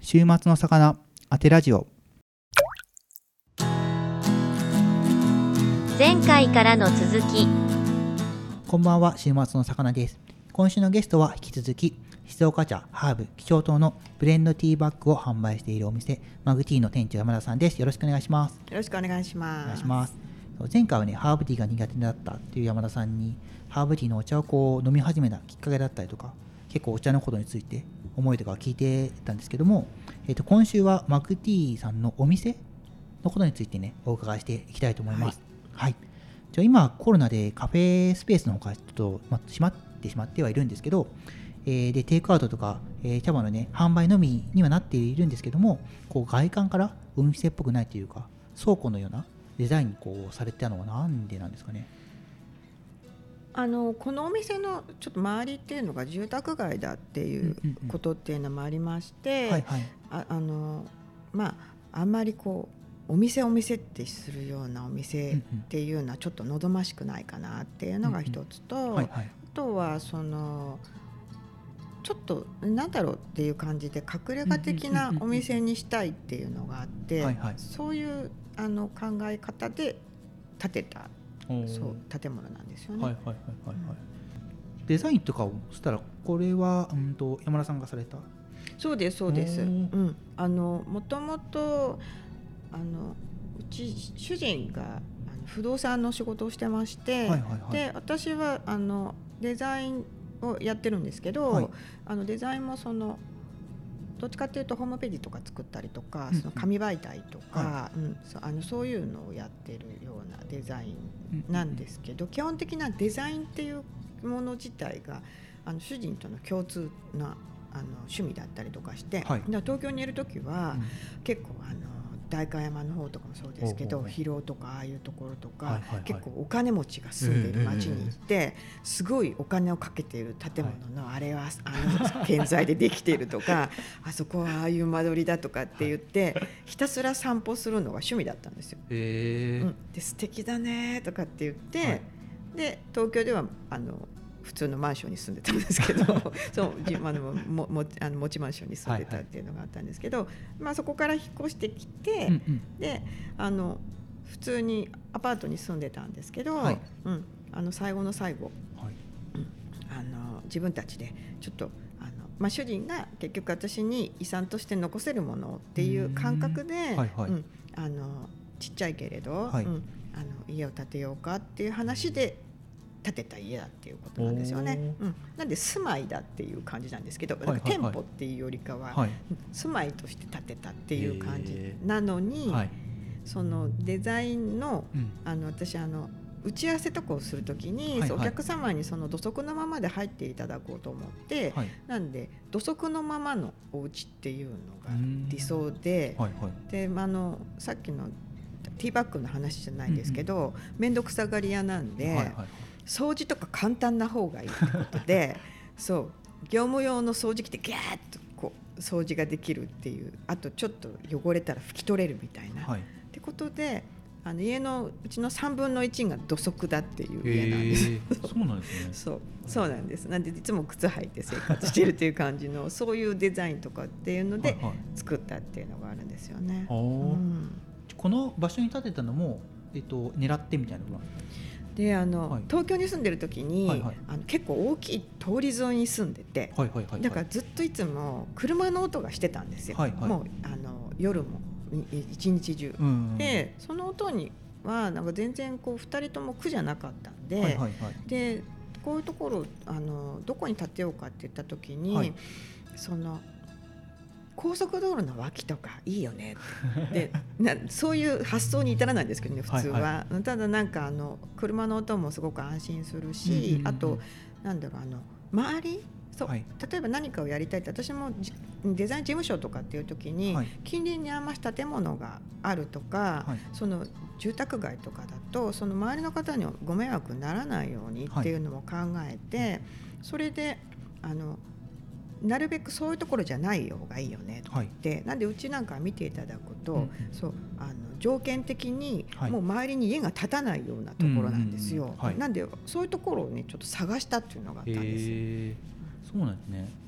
週末の魚あてラジオ。 前回からの続き。 こんばんは、週末の魚です。今週のゲストは引き続き静岡茶、ハーブ、貴重糖のブレンドティーバッグを販売しているお店マグティーの店長山田さんです。よろしくお願いします。 よろしくお願いします。 お願いします。前回はね、ハーブティーが苦手だったっていう山田さんにハーブティーのお茶をこう飲み始めたきっかけだったりとか、結構お茶のことについて思いとか聞いてたんですけども、今週はマグティーさんのお店のことについてね、お伺いしていきたいと思います。はい。じゃあ今コロナでカフェスペースの方がちょっと、閉まってしまってはいるんですけど、でテイクアウトとか、茶葉のね販売のみにはなっているんですけども、こう外観からお店っぽくないというか、倉庫のようなデザインにこうされてたのはなんでなんですかね。 このお店のちょっと周りっていうのが住宅街だっていうことっていうのもありまして、あんまりこうお店ってするようなお店っていうのはちょっと望ましくないかなっていうのが一つと、あとはそのちょっとなんだろうっていう感じで隠れ家的なお店にしたいっていうのがあって、そういう考え方で建てたそう建物なんですよね。 デザインとかをしたらこれは、山田さんがされた？ そうですそうです。もともとうち主人が不動産の仕事をしてまして、で私はデザインをやってるんですけど、デザインもそのどっちかっていうとホームページとか作ったりとか、その紙媒体とか、そういうのをやってるようなデザインなんですけど、基本的なデザインっていうもの自体が主人との共通な趣味だったりとかして、東京にいる時は、結構代官山の方とかもそうですけど、広尾とかああいうところとか、結構お金持ちが住んでいる町に行って、すごいお金をかけている建物の、あれは建材でできているとかあそこはああいう間取りだとかって言って、ひたすら散歩するのが趣味だったんですよ。で素敵だねとかって言って、で東京では普通のマンションに住んでたんですけどそう持ちマンションに住んでたっていうのがあったんですけど、そこから引っ越してきて、で普通にアパートに住んでたんですけど、最後の最後、自分たちでちょっと主人が結局私に遺産として残せるものっていう感覚で、ちっちゃいけれど、家を建てようかっていう話で建てた家だっていうことなんですよね。なんで住まいだっていう感じなんですけど、店舗っていうよりかは、住まいとして建てたっていう感じなのに、そのデザインの、私打ち合わせとかをするときに、お客様にその土足のままで入っていただこうと思って、なんで土足のままのお家っていうのが理想で、でさっきのティーバッグの話じゃないですけど、めんどくさがり屋なんで、掃除とか簡単な方がいいってことでそう業務用の掃除機でギャーッとこう掃除ができるっていう、あとちょっと汚れたら拭き取れるみたいな、ってことで家のうちの3分の1が土足だっていう家なんです。 そうなんですね。 そうなんです。なんでいつも靴履いて生活してるっていう感じのそういうデザインとかっていうので作ったっていうのがあるんですよね。 この場所に建てたのも、狙ってみたいなのがで東京に住んでる時に、結構大きい通り沿いに住んでて、だからずっといつも車の音がしてたんですよ。もう夜も一日中、でその音にはなんか全然こう2人とも苦じゃなかったんで、でこういうところどこに建てようかって言った時に、その高速道路の脇とかいいよねでそういう発想に至らないんですけどね、普通は。ただなんか車の音もすごく安心するし、あとなんだろう周り例えば何かをやりたいって、私もデザイン事務所とかっていう時に、近隣にあんまし建物があるとか、その住宅街とかだとその周りの方にご迷惑にならないようにっていうのも考えて、それでなるべくそういうところじゃない方がいいよねと言って、なんでうちなんか見ていただくと、条件的にもう周りに家が建たないようなところなんですよ。なんでそういうところをねちょっと探したっていうのがあったんです。 そうなんですね。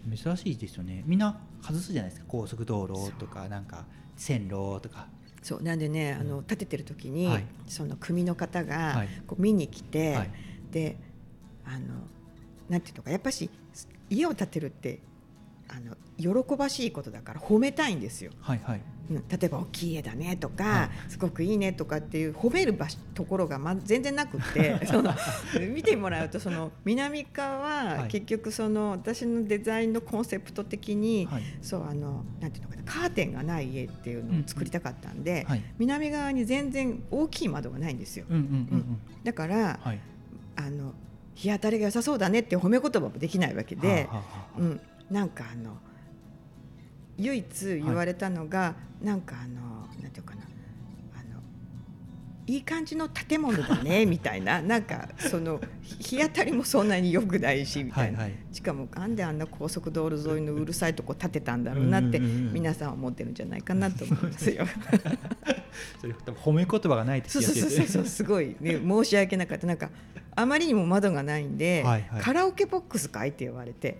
珍しいですよね。みんな外すじゃないですか、高速道路とかなんか線路とか。 そうなんでね、建ててる時に、 はい、 その組の方がはいこう見に来て、 はい、 でなんていうのか、やっぱし家を建てるって喜ばしいことだから褒めたいんですよ。 はいはい、 例えば大きい家だねとか、 はい、 すごくいいねとかっていう褒めるところが全然なくって見てもらうと、その南側は結局その私のデザインのコンセプト的に、はい、そうなんていうのかな、カーテンがない家っていうのを作りたかったんで、はい、南側に全然大きい窓がないんですよ。だから、はい、日当たりが良さそうだねっていう褒め言葉もできないわけで、なんか唯一言われたのが、はい、なんかなんていうかな、いい感じの建物だねみたいな、なんかその日当たりもそんなに良くないしみたいな、はいはい、しかもなんであんな高速道路沿いのうるさいとこ建てたんだろうなって皆さん思ってるんじゃないかなと思いますよ。 それ多分褒め言葉がないってやつですね。 そうすごい、ね、申し訳なかった。なんかあまりにも窓がないんで、はいはい、カラオケボックスかいって言われて、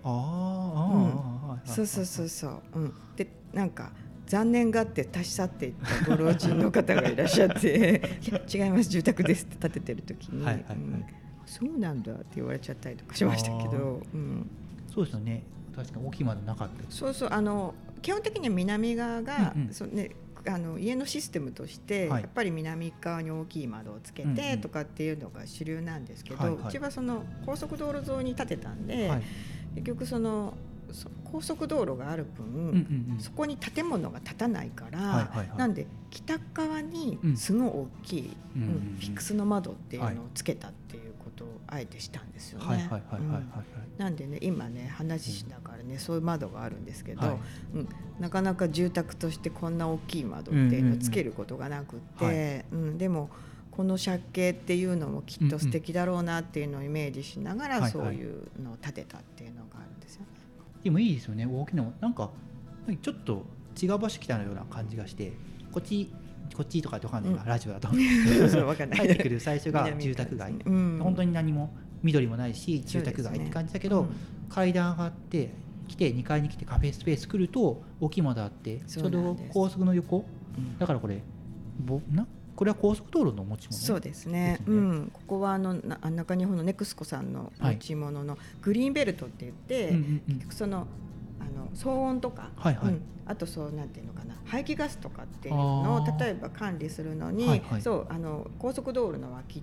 でなんか残念がって立ち去っていったご老人の方がいらっしゃっていや違います、住宅ですって建ててる時に、はいはいはい、そうなんだって言われちゃったりとかしましたけど、 そうですよね、確かに大きい窓なかったです。 そう基本的には南側が、家のシステムとして、やっぱり南側に大きい窓をつけてとかっていうのが主流なんですけど、うちはその高速道路沿いに建てたんで、結局その高速道路がある分、そこに建物が建たないから、なんで北側にすごい大きい、フィックスの窓っていうのをつけたっていうことをあえてしたんですよね。なんでね、今ね話しながらね、そういう窓があるんですけど、なかなか住宅としてこんな大きい窓っていうのをつけることがなくって、でもこの借景っていうのもきっと素敵だろうなっていうのをイメージしながら、そういうのを建てたっていうのがあるんですよね。 でもいいですよね、大きな、なんかちょっと違う場所来たような感じがして、こっちとかって分かんないな、ラジオだと入ってくる最初が住宅街、本当に何も緑もないし住宅街って感じだけど、階段上がって来て2階に来てカフェスペース来ると大きい窓あって、ちょうど高速の横、だからこれは高速道路の持ち物。 そうですね、ここは中日本のネクスコさんの持ち物のグリーンベルトって言って、結局その騒音とか、あとそうなんていうのかな、排気ガスとかっていうのを例えば管理するのに、そう高速道路の脇って、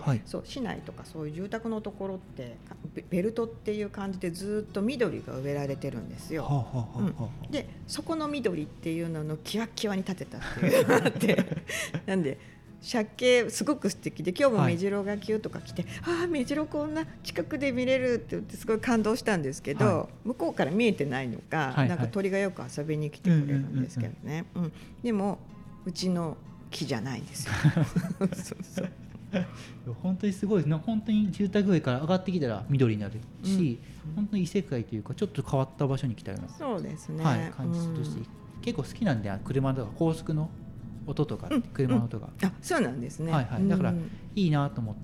そう市内とかそういう住宅のところってベルトっていう感じでずっと緑が植えられてるんですよ。でそこの緑っていうののキワキワに立てたっていうのがあってなんで借景すごく素敵で、今日も目白がキューとか来て、目白こんな近くで見れるって言ってすごい感動したんですけど、向こうから見えてないのか、なんか鳥がよく遊びに来てくれるんですけどね、でもうちの木じゃないんですよ。そう本当にすごいですね。本当に住宅街から上がってきたら緑になるし、本当に異世界というかちょっと変わった場所に来たような、 そうですね、 感じするし、結構好きなんで、車とか高速の音とか車の音が、 そうなんですね、 だからいいなと思って、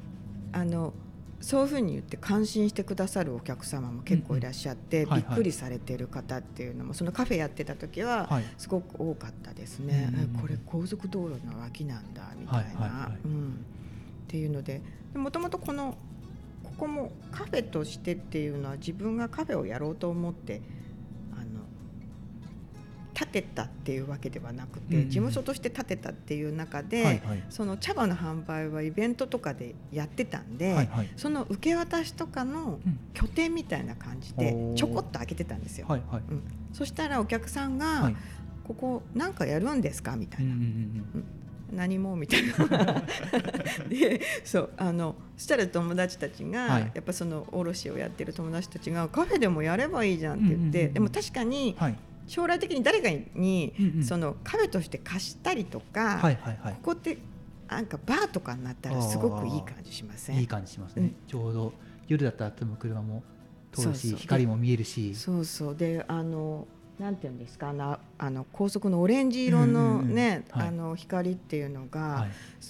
そういうふうに言って感心してくださるお客様も結構いらっしゃって、びっくりされている方っていうのもそのカフェやってた時はすごく多かったですね。これ高速道路の脇なんだみたいな、っていうので、もともとここもカフェとしてっていうのは自分がカフェをやろうと思って建てたっていうわけではなくて、事務所として建てたっていう中で、その茶葉の販売はイベントとかでやってたんで、その受け渡しとかの拠点みたいな感じでちょこっと開けてたんですよ。そしたらお客さんが、ここなんかやるんですかみたいな、何もみたいなで、そしたら友達たちが、やっぱその卸をやってる友達たちがカフェでもやればいいじゃんって言って、でも確かに、将来的に誰かに、そのカフェとして貸したりとか、ここってなんかバーとかになったらすごくいい感じしません？ いい感じしますね、ちょうど夜だったら車も通るし、光も見えるし、 でなんていうんですか、高速のオレンジ色のね、光っていうのが、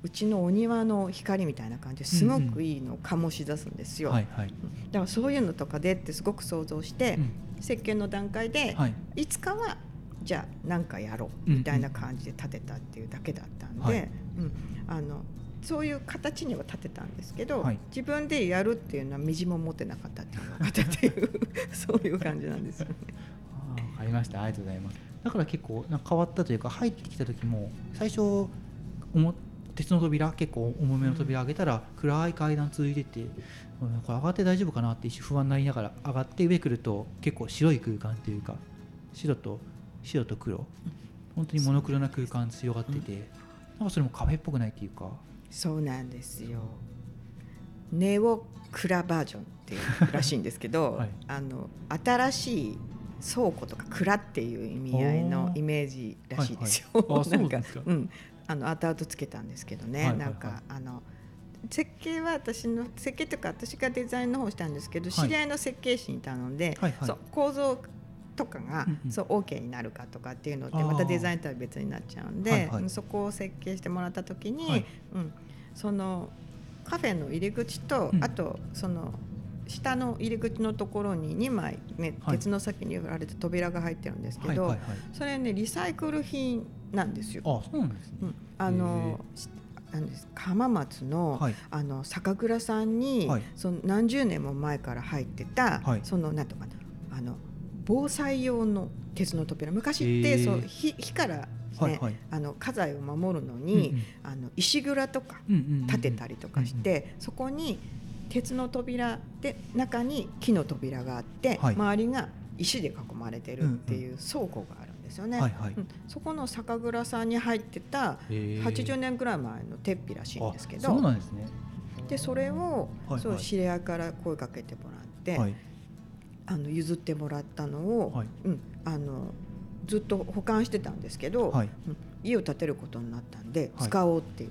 うちのお庭の光みたいな感じですごくいいのを醸し出すんですよ、だからそういうのとかでってすごく想像して、設計の段階で、いつかはじゃあ何かやろうみたいな感じで建てたっていうだけだったんで、そういう形には立てたんですけど、自分でやるっていうのはみじも持ってなかったっていうのがっていうそういう感じなんですよね。 わかりました、ありがとうございます。だから結構なんか変わったというか、入ってきた時も最初鉄の扉、結構重めの扉開けたら暗い階段続いてて、これ上がって大丈夫かなって一瞬不安になりながら上がって上来ると結構白い空間というか、白と黒、本当にモノクロな空間強がってて、なんかそれもカフェっぽくないっていうか。 そうなんですよ。ネオクラバージョンっていうらしいんですけど、新しい倉庫とか蔵っていう意味合いのイメージらしいですよ。なんか後々つけたんですけどね、なんか設計は私の設計というか私がデザインの方をしたんですけど、知り合いの設計士に頼んで、そう構造とかがそう OK になるかとかっていうのってまたデザインとは別になっちゃうんで、そこを設計してもらった時に、そのカフェの入り口と、あとその下の入り口のところに2枚、ね、鉄の先に売られて扉が入ってるんですけど、それねリサイクル品なんですよ。 そうなんですね。 なんです浜松の、酒蔵さんに、その何十年も前から入ってた、そのなんとかな防災用の鉄の扉、昔ってそう火から、ね、家財を守るのに、石蔵とか建てたりとかして、そこに鉄の扉で中に木の扉があって、周りが石で囲まれてるっていう倉庫があるんですよね。そこの酒蔵さんに入ってた80年ぐらい前の鉄皮らしいんですけど、 そうなんですね。 でそれを、そう知り合いから声かけてもらって、譲ってもらったのを、ずっと保管してたんですけど、家を建てることになったんで使おうって言って、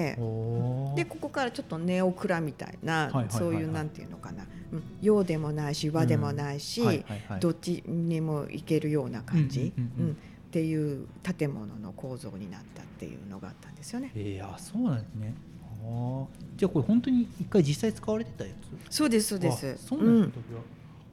でここからちょっとネオクラみたいな、そういうなんていうのかな、洋でもないし和でもないし、どっちにも行けるような感じっていう建物の構造になったっていうのがあったんですよね。 そうなんですね。じゃあこれ本当に一回実際使われてたやつ？そうですそうです。 そうなんです。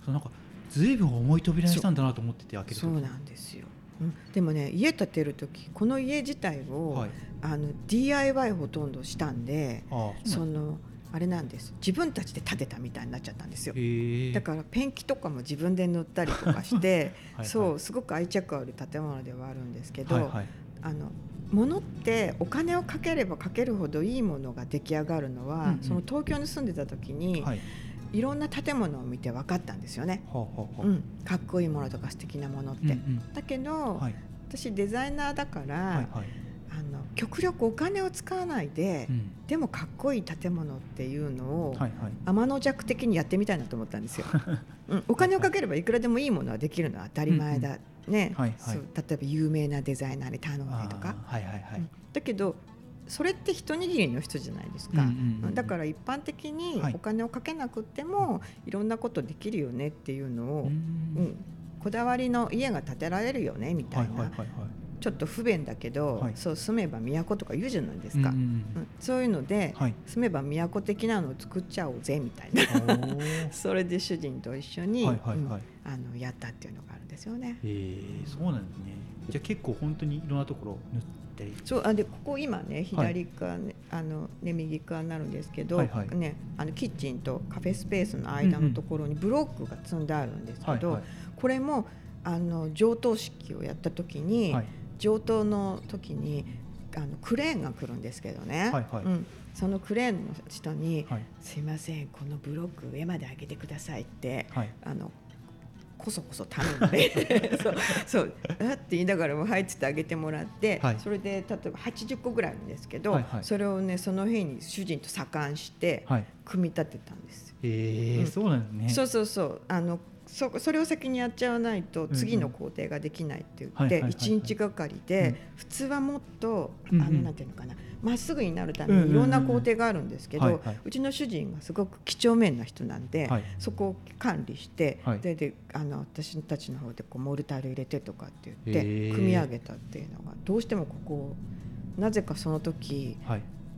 なんかずいぶん重い扉にしたんだなと思ってて開けると。 そうなんですよ。でもね、家建てる時この家自体を、DIY ほとんどしたんで、あれなんです、自分たちで建てたみたいになっちゃったんですよ。だからペンキとかも自分で塗ったりとかしてそうすごく愛着ある建物ではあるんですけど、物ってお金をかければかけるほどいいものが出来上がるのは、その東京に住んでた時に、いろんな建物を見て分かったんですよね。かっこいいものとか素敵なものって、だけど、私デザイナーだから、極力お金を使わないで、でもかっこいい建物っていうのを、天の弱的にやってみたいなと思ったんですよ。お金をかければいくらでもいいものはできるのは当たり前だ、ね、そう例えば有名なデザイナーに頼んだりとか、だけどそれって一握りの人じゃないですか。だから一般的にお金をかけなくてもいろんなことできるよねっていうのを、こだわりの家が建てられるよねみたいな、ちょっと不便だけど、そう住めば都とか言うじゃないですか。そういうので、住めば都的なのを作っちゃおうぜみたいなそれで主人と一緒に、やったっていうのがあるんですよね。 そうなんですね。じゃあ結構本当にいろんなところ塗ってそうでここ今ね左側、右側になるんですけど、ね、キッチンとカフェスペースの間のところにブロックが積んであるんですけど、これも上棟式をやった時に、上棟の時にクレーンが来るんですけどね、そのクレーンの人に、すいませんこのブロック上まで上げてくださいって、こそこそ頼んでそうって言いながらも入っててあげてもらって、それで例えば80個ぐらいあるんですけど、それをねその日に主人と左官して組み立てたんです。 そうなんですね。 そうそれを先にやっちゃわないと次の工程ができないって言って1日がかりで、普通はもっとなんていうのかな、まっすぐになるためにいろんな工程があるんですけど、うちの主人がすごく几帳面な人なんで、そこを管理して、で私たちの方でこうモルタル入れてとかって言って組み上げたっていうのが、どうしてもここなぜかその時、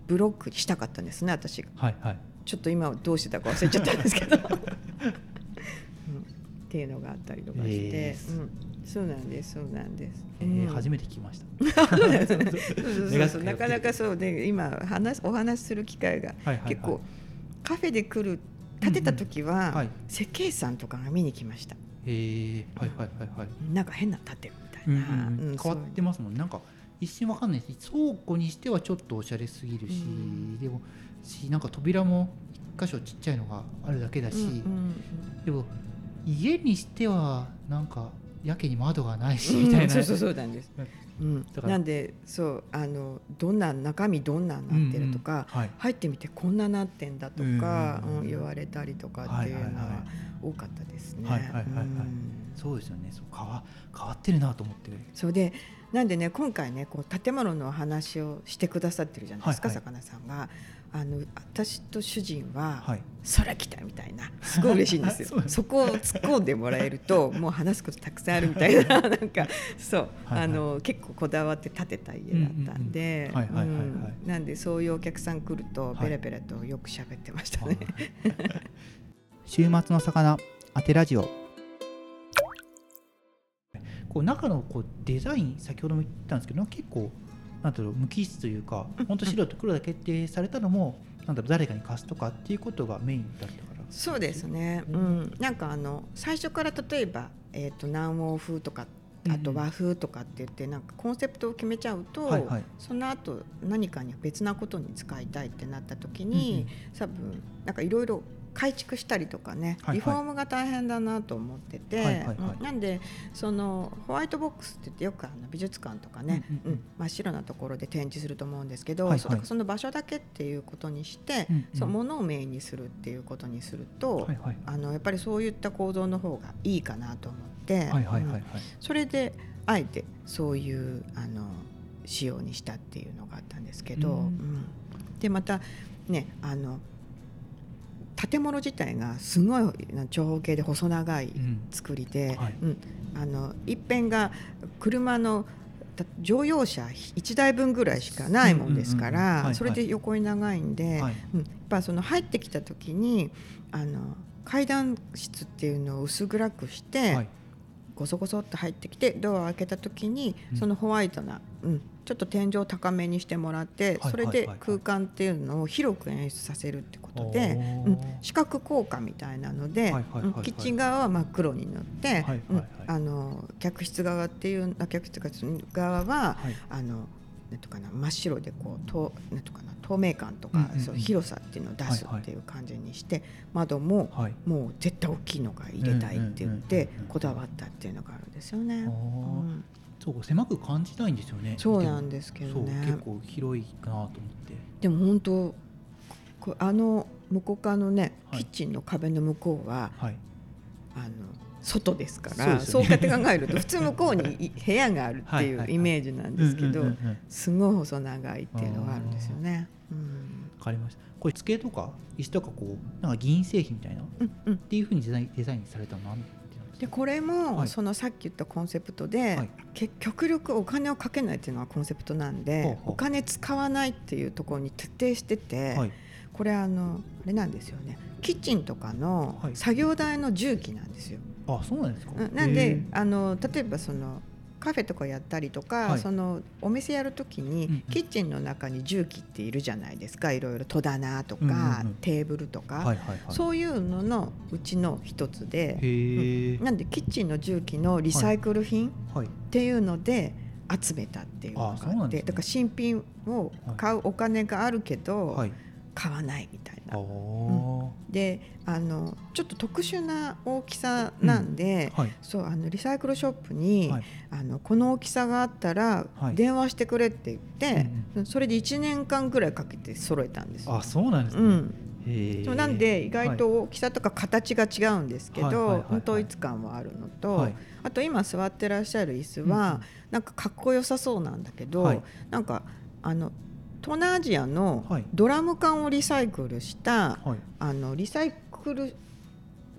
ブロックにしたかったんですね私が、 はいはい、 ちょっと今どうしてたか忘れちゃったんですけど、っていうのがあったりとかして、そうなんですそうなんです、 初めて聞きましたなかなかそうで今お話しする機会が結構、カフェで建てた時は、設計士さんとかが見に来ました。なんか変な建てるみたいな、 変わってますもん。なんか一瞬わかんないし、倉庫にしてはちょっとおしゃれすぎるし、でもなんか扉も一箇所ちっちゃいのがあるだけだし、でも家にしてはなんかやけに窓がないしみたいな、 そうなんです、なんでそうどんな中身どんなになってるとか、入ってみてこんななってんだとか、言われたりとかっていうのは多かったですね。 そうですよね。変わってるなと思って。 そうでなんでね今回ねこう建物のお話をしてくださってるじゃないですか、魚さんが。私と主人は空来たみたいなすごい嬉しいんですよそこを突っ込んでもらえるともう話すことたくさんあるみたいななんかそう結構こだわって建てた家だったんで、なんでそういうお客さん来るとベラベラとよく喋ってましたね。 週末の魚当てラジオ、こう中のこうデザイン先ほども言ったんですけど結構なんだろう無機質というか本当白と黒だけ決定されたのもなんだろう誰かに貸すとかっていうことがメインだったから。 そうですね、なんか最初から例えば、南欧風とかあと和風とかって言ってなんかコンセプトを決めちゃうと、その後何かに別なことに使いたいってなった時に、多分なんかいろいろ改築したりとかね、リフォームが大変だなと思ってて、なんでそのホワイトボックスって言ってよく美術館とかね、真っ白なところで展示すると思うんですけど、その場所だけっていうことにして、そのものをメインにするっていうことにすると、やっぱりそういった構造の方がいいかなと思って、それであえてそういう仕様にしたっていうのがあったんですけど、でまたね建物自体がすごい長方形で細長い作りで、一辺が車の乗用車1台分ぐらいしかないもんですから、それで横に長いんで、やっぱその入ってきた時に階段室っていうのを薄暗くして、ゴソゴソっと入ってきてドアを開けた時にそのホワイトな、ちょっと天井高めにしてもらって、それで空間っていうのを広く演出させるってことで、視覚効果みたいなので、キッチン側は真っ黒に塗って、客室側っていう客室側はなんとかな真っ白でこうなんとかな透明感とか、そう広さっていうのを出すっていう感じにして、窓ももう絶対大きいのが入れたいって言ってこだわったっていうのがあるんですよね。 そう狭く感じないんですよね。 そうなんですけどね。 結構広いかなと思って。 でも本当向こう側のね、キッチンの壁の向こうは、外ですから、そうやって考えると普通向こうに部屋があるっていうイメージなんですけど、すごい細長いっていうのがあるんですよね。 わかりました。これ机とか椅子とかこうなんか銀製品みたいな、っていう風にデザインされたのなんで、これもそのさっき言ったコンセプトで、極力お金をかけないっていうのがコンセプトなんで、お金使わないっていうところに徹底してて、これあれなんですよね、キッチンとかの作業台の重機なんですよ。 そうなんですか。 なんで例えばそのカフェとかやったりとか、そのお店やるときに、キッチンの中に重機っているじゃないですか。いろいろ戸棚とか、テーブルとか、そういうののうちの一つで、なんでキッチンの重機のリサイクル品っていうので集めたっていうのがあって、だから新品を買うお金があるけど、買わないみたいな、でちょっと特殊な大きさなんで、そうリサイクルショップに、この大きさがあったら電話してくれって言って、それで1年間ぐらいかけて揃えたんですよ。 そうなんですね。 なんで意外と大きさとか形が違うんですけど、統一感はあるのと、あと今座ってらっしゃる椅子はなんかかっこよさそうなんだけど、なんか東南アジアのドラム缶をリサイクルした、リサイクル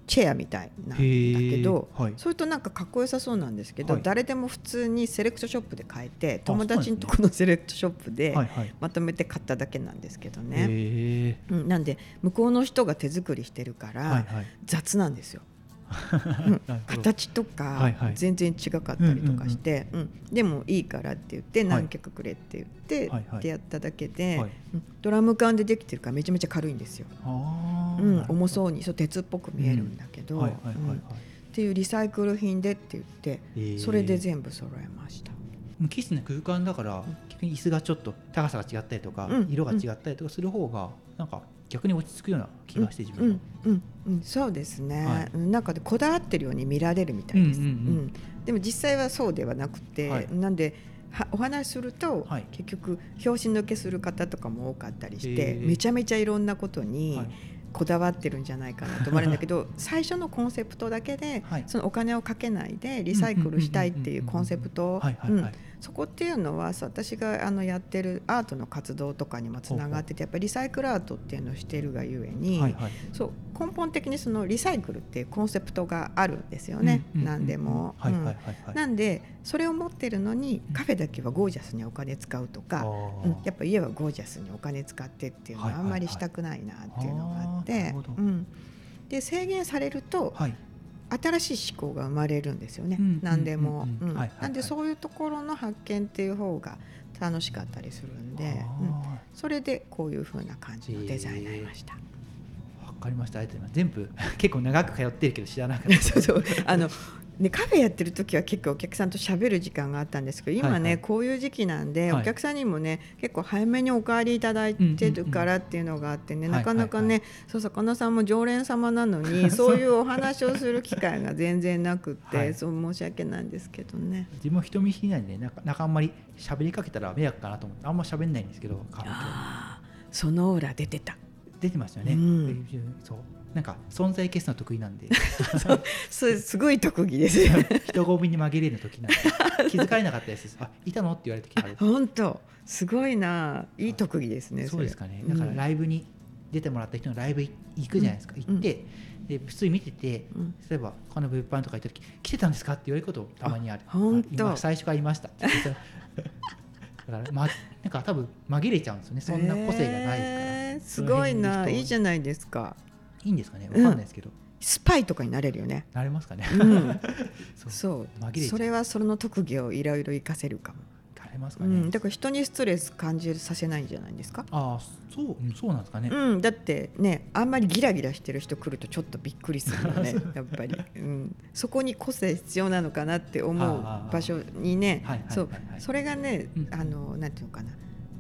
チェアみたいなんだけど、 はい、 それとなんかかっこよさそうなんですけど、 はい、 誰でも普通にセレクトショップで買えて、友達のとこのセレクトショップでまとめて買っただけなんですけどね、なんで向こうの人が手作りしてるから雑なんですよ、形とか全然違かったりとかして、でもいいからって言って何曲くれって言ってってやっただけで、ドラム缶でできてるからめちゃめちゃ軽いんですよ。重そうに、そう鉄っぽく見えるんだけど、っていうリサイクル品でって言ってそれで全部揃えました。 無機質な空間だから逆に椅子がちょっと高さが違ったりとか、色が違ったりとかする方がなんか逆に落ち着くような気がして、自分はそうですね、なんかでこだわってるように見られるみたいです。でも実際はそうではなくて、なんでお話しすると、結局拍子抜けする方とかも多かったりして、めちゃめちゃいろんなことにこだわってるんじゃないかなと思われるんだけど、最初のコンセプトだけで、そのお金をかけないでリサイクルしたいっていうコンセプト、そこっていうのは私がやってるアートの活動とかにもつながってて、やっぱりリサイクルアートっていうのをしてるがゆえに、そう根本的にそのリサイクルっていうコンセプトがあるんですよね、何でも。なんでそれを持ってるのにカフェだけはゴージャスにお金使うとか、やっぱ家はゴージャスにお金使ってっていうのはあんまりしたくないなっていうのがあって、で制限されると、新しい思考が生まれるんですよね、何でも。なんでそういうところの発見っていう方が楽しかったりするんで、それでこういう風な感じのデザインになりました。 わかりました。ありがとうございます。全部結構長く通ってるけど知らなかったそうね、カフェやってる時は結構お客さんと喋る時間があったんですけど、今ね、こういう時期なんで、お客さんにもね結構早めにお帰りいただいてるからっていうのがあってね、なかなかね、魚さんも常連様なのにそういうお話をする機会が全然なくって、そう申し訳ないんですけどね。 自分も人見知りなんで、なんかあんまり喋りかけたら迷惑かなと思ってあんま喋んないんですけど、 そのオーラ出てましたよね。そうなんか存在消すの得意なんですごい特技ですよ人混みに紛れる時なんで気づかれなかったです。いたのって言われた時ある。 本当すごいな、いい特技ですね。 そうですかね。だからライブに出てもらった人のライブ行くじゃないですか、行ってで普通に見てて、例えばこの物販とか行った時来てたんですかって言われることたまにある。今最初からいましたって言ってだからなんか多分紛れちゃうんですよね、そんな個性がないから。 すごいな、いいじゃないですか。 いいんですかね、わかんないですけど、 スパイとかになれるよね。 なれますかね。 そうそれはその特技をいろいろ活かせるかも。 なれますかね。 だから人にストレス感じさせないんじゃないですか。 そうなんですかね。 だってね、あんまりギラギラしてる人来るとちょっとびっくりするよねやっぱり、そこに個性必要なのかなって思う場所にね、それがね、なんていうのかな、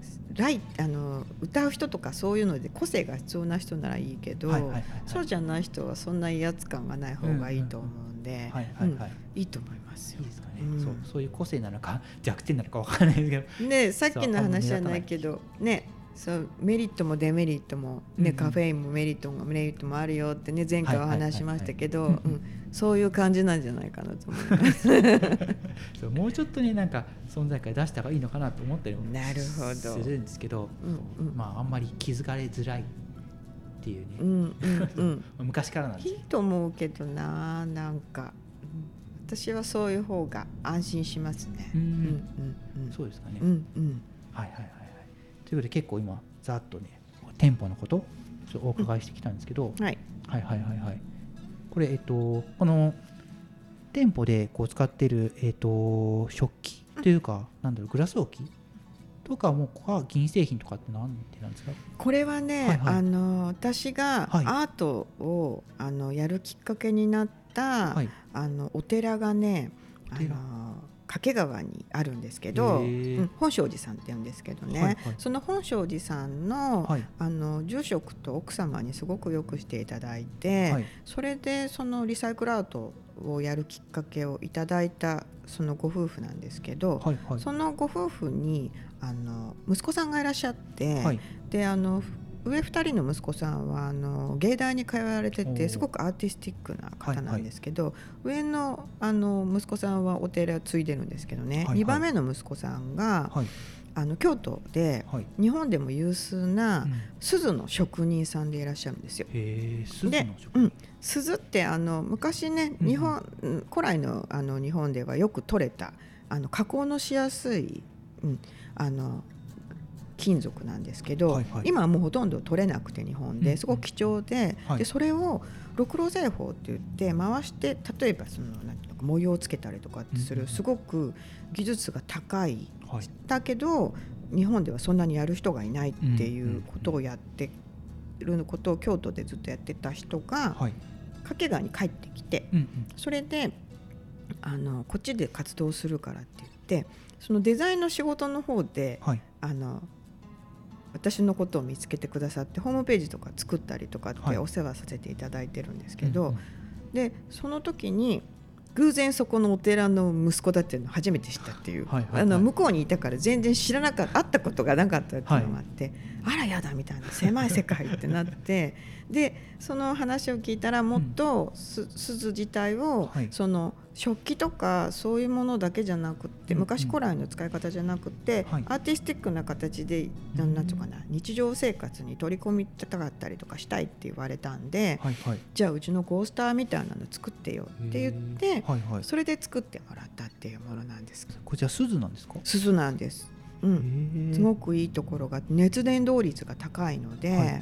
歌う人とかそういうので個性が必要な人ならいいけど、そうじゃない人はそんな威圧感がない方がいいと思うんで、いいと思いますよ。 いいですかね。そういう個性なのか弱点なのか分からないですけどね、さっきの話じゃないけどね、そうメリットもデメリットも、カフェインもメリットもデメリットもあるよってね、前回は話しましたけど、そういう感じなんじゃないかなと思いますもうちょっとね、なんか存在感出した方がいいのかなと思ったりもするんですけど、あんまり気づかれづらいっていうね、昔からなんです。 いいと思うけどな、なんか私はそういう方が安心しますね。 そうですかね。ということで結構今ざっとね、店舗のことお伺いしてきたんですけど、これこの店舗でこう使っている食器というか、なんだろう、グラス置きとかも銀製品とかってなんですか？ これはね、私がアートをやるきっかけになったお寺がね、掛川にあるんですけど、本證寺さんって言うんですけどね、その本證寺さんの、住職と奥様にすごくよくしていただいて、それでそのリサイクルアートをやるきっかけをいただいたそのご夫婦なんですけど、そのご夫婦に息子さんがいらっしゃって、で上2人の息子さんは芸大に通われててすごくアーティスティックな方なんですけど、上の息子さんはお寺継いでるんですけどね、2番目の息子さんが、京都で日本でも有数な錫の職人さんでいらっしゃるんですよ。で、錫って昔ね、古来の日本ではよく取れた加工のしやすい、金属なんですけど、今はもうほとんど取れなくて日本ですごく貴重で、でそれをろくろ製法って言って回して、例えばなんていうのか模様をつけたりとかってする、すごく技術が高い、だけど日本ではそんなにやる人がいないっていうことをやってることを京都でずっとやってた人が掛川に帰ってきて、それでこっちで活動するからって言って、そのデザインの仕事の方で、私のことを見つけてくださってホームページとか作ったりとかってお世話させていただいてるんですけど、でその時に偶然そこのお寺の息子だっていうのを初めて知ったっていう、向こうにいたから全然知らなかった、会ったことがなかったっていうのがあって、あらやだみたいな狭い世界ってなってでその話を聞いたら、もっと錫自体を、その食器とかそういうものだけじゃなくて、昔古来の使い方じゃなくて、アーティスティックな形でなんていうかな、日常生活に取り込みたかったりとかしたいって言われたんで、じゃあうちのコースターみたいなの作ってよって言って、それで作ってもらったっていうものなんです。 こちら錫なんですか？ 錫なんです。すごくいいところが熱伝導率が高いので、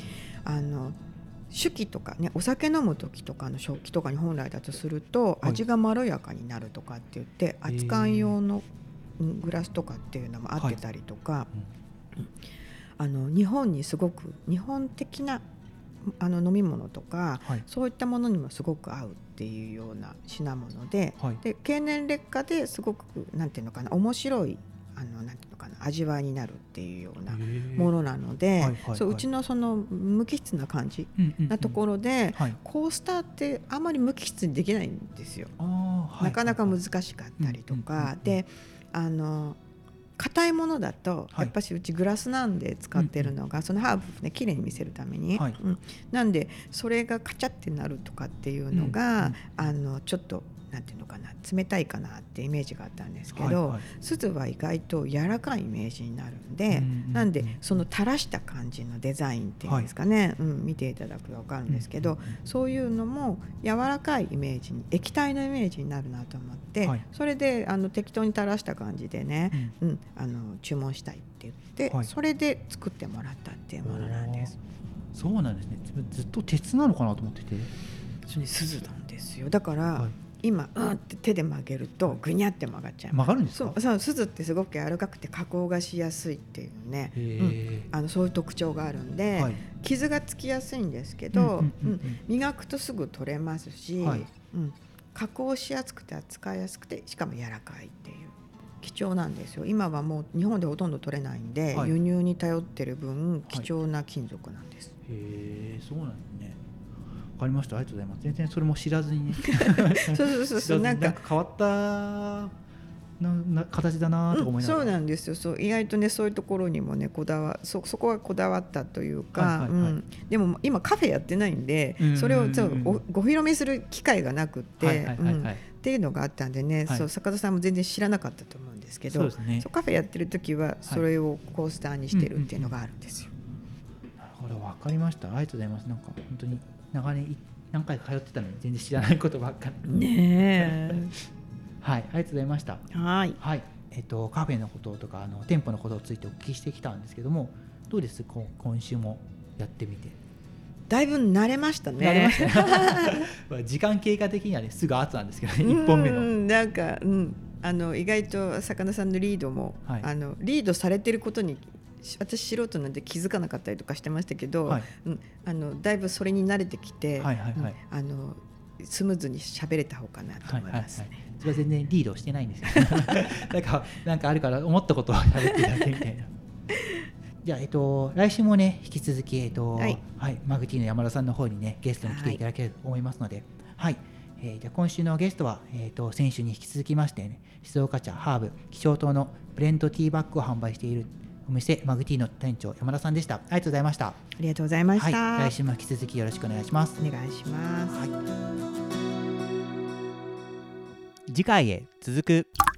酒器とかね、お酒飲む時とかの食器とかに本来だとすると味がまろやかになるとかって言って、熱燗用のグラスとかっていうのもあってたりとか、日本にすごく日本的な飲み物とか、そういったものにもすごく合うっていうような品物で、で経年劣化ですごくなんていうのかな、面白いなんていうのかな、味わいになるっていうようなものなので、うちのその無機質な感じなところで、コースターってあんまり無機質にできないんですよ。なかなか難しかったりとかで、硬いものだとやっぱしうちグラスなんで使ってるのが、そのハーブね綺麗に見せるために、なんでそれがカチャってなるとかっていうのが、ちょっとなんていうのかな、冷たいかなってイメージがあったんですけど、錫は意外と柔らかいイメージになるんで、なんでその垂らした感じのデザインっていうんですかね、見ていただくと分かるんですけど、そういうのも柔らかいイメージに、液体のイメージになるなと思って、それで適当に垂らした感じでね、注文したいって言って、それで作ってもらったっていうものなんです。 そうなんですね。ずっと鉄なのかなと思ってて、 それ錫なんですよ。だから、今って手で曲げるとぐにゃって曲がっちゃう。 曲がるんですか？ そう、錫ってすごく柔らかくて加工がしやすいっていうね、そういう特徴があるんで、傷がつきやすいんですけど、磨くとすぐ取れますし、加工しやすくて扱いやすくて、しかも柔らかいっていう貴重なんですよ。今はもう日本でほとんど取れないんで、輸入に頼ってる分貴重な金属なんです。 そうなんですね。わかりました。ありがとうございます。全然それも知らずにねそうなんか変わった形だなと思いながら、 そうなんですよ。そう意外とね、そういうところにもねそこはこだわったというか、でも今カフェやってないんで、それをご披露目する機会がなくってっていうのがあったんでね、坂田さんも全然知らなかったと思うんですけど、カフェやってる時はそれをコースターにしてるっていうのがあるんですよ。 なるほど、わかりました。ありがとうございます。なんか本当に長年何回か通ってたのに全然知らないことばっかりねはい、ありがとうございました。 はい、 カフェのこととか店舗のことについてお聞きしてきたんですけども、どうです？今週もやってみて。 だいぶ慣れましたね。 慣れましたね時間経過的にはねすぐ後なんですけどね、1本目のなんか、意外と坂田さんのリードも、リードされてることに私素人なんで気づかなかったりとかしてましたけど、だいぶそれに慣れてきて、スムーズに喋れた方かなと思いますね。 それは全然リードしてないんですよなんかあるから思ったことを喋っていただけみたいなじゃあ、来週もね引き続き、マグティーの山田さんの方にねゲストに来ていただけると思いますので、じゃあ今週のゲストは、先週に引き続きまして、ね、静岡茶ハーブ希少糖のブレンドティーバッグを販売しているお店マグティーの店長山田さんでした。ありがとうございました。 ありがとうございました。 はい、来週も引き続きよろしくお願いします。 お願いします。 はい、次回へ続く。